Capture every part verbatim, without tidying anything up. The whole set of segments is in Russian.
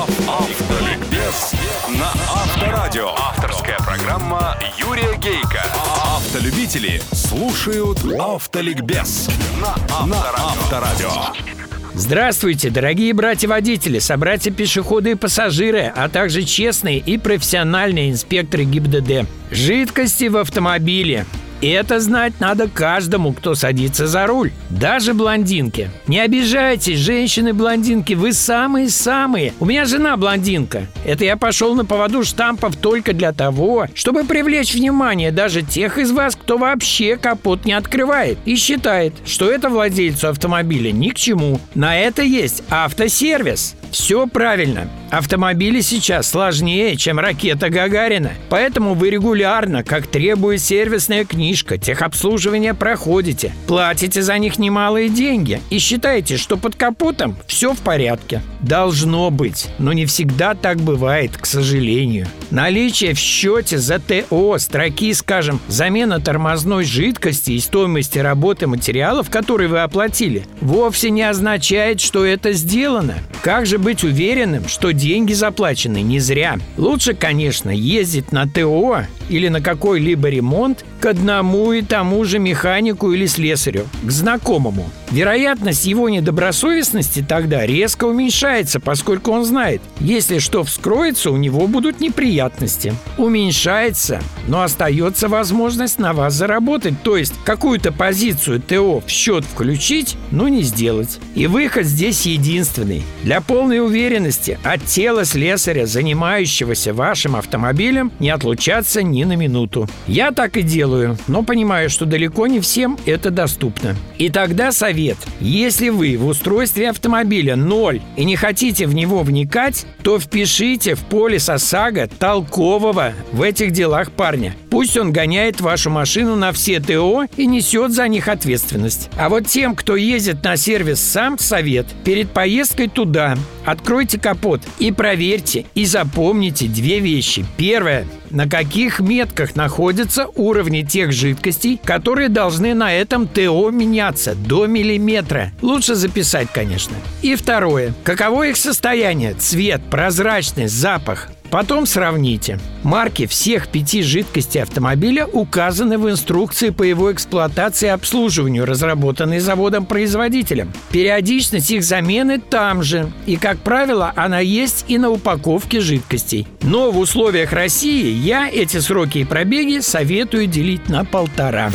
Автоликбез на Авторадио. Авторская программа Юрия Гейка. Автолюбители слушают Автоликбез на Авторадио. Здравствуйте, дорогие братья-водители, собратья-пешеходы и пассажиры, а также честные и профессиональные инспекторы ГИБДД. Жидкости в автомобиле. И это знать надо каждому, кто садится за руль, даже блондинке. Не обижайтесь, женщины-блондинки, вы самые-самые. У меня жена блондинка. Это я пошел на поводу штампов только для того, чтобы привлечь внимание даже тех из вас, кто вообще капот не открывает и считает, что это владельцу автомобиля ни к чему. На это есть автосервис. Все правильно. Автомобили сейчас сложнее, чем ракета Гагарина. Поэтому вы регулярно, как требует сервисная книжка, техобслуживание проходите, платите за них немалые деньги и считаете, что под капотом все в порядке. Должно быть, но не всегда так бывает, к сожалению. Наличие в счете за ТО строки, скажем, замена тормозной жидкости и стоимости работы материалов, которые вы оплатили, вовсе не означает, что это сделано. Как же быть уверенным, что деньги заплачены не зря? Лучше, конечно, ездить на ТО или на какой-либо ремонт к одному и тому же механику или слесарю, к знакомому. Вероятность его недобросовестности тогда резко уменьшается, поскольку он знает, если что вскроется, у него будут неприятности. Уменьшается, но остается возможность на вас заработать, то есть какую-то позицию ТО в счет включить, но не сделать. И выход здесь единственный. Для полной уверенности от тела слесаря, занимающегося вашим автомобилем, не отлучаться ни на минуту. Я так и делаю, но понимаю, что далеко не всем это доступно. И тогда совет. Если вы в устройстве автомобиля ноль и не хотите в него вникать, то впишите в полис ОСАГО толкового в этих делах парня. Пусть он гоняет вашу машину на все ТО и несет за них ответственность. А вот тем, кто ездит на сервис сам, совет. Перед поездкой туда откройте капот и проверьте и запомните две вещи. Первое. На каких метках находятся уровни тех жидкостей, которые должны на этом ТО меняться до миллиметра. Лучше записать, конечно. И второе. Каково их состояние? Цвет, прозрачность, запах. Потом сравните. Марки всех пяти жидкостей автомобиля указаны в инструкции по его эксплуатации и обслуживанию, разработанной заводом-производителем. Периодичность их замены там же. И, как правило, она есть и на упаковке жидкостей. Но в условиях России я эти сроки и пробеги советую делить на полтора.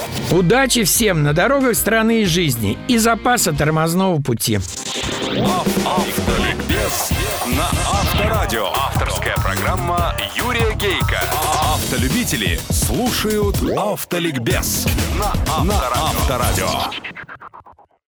Удачи всем на дорогах страны и жизни и запаса тормозного пути. Автоликбез на Авторадио. Авторская программа Юрия Гейка. Автолюбители слушают Автоликбез на Авторадио.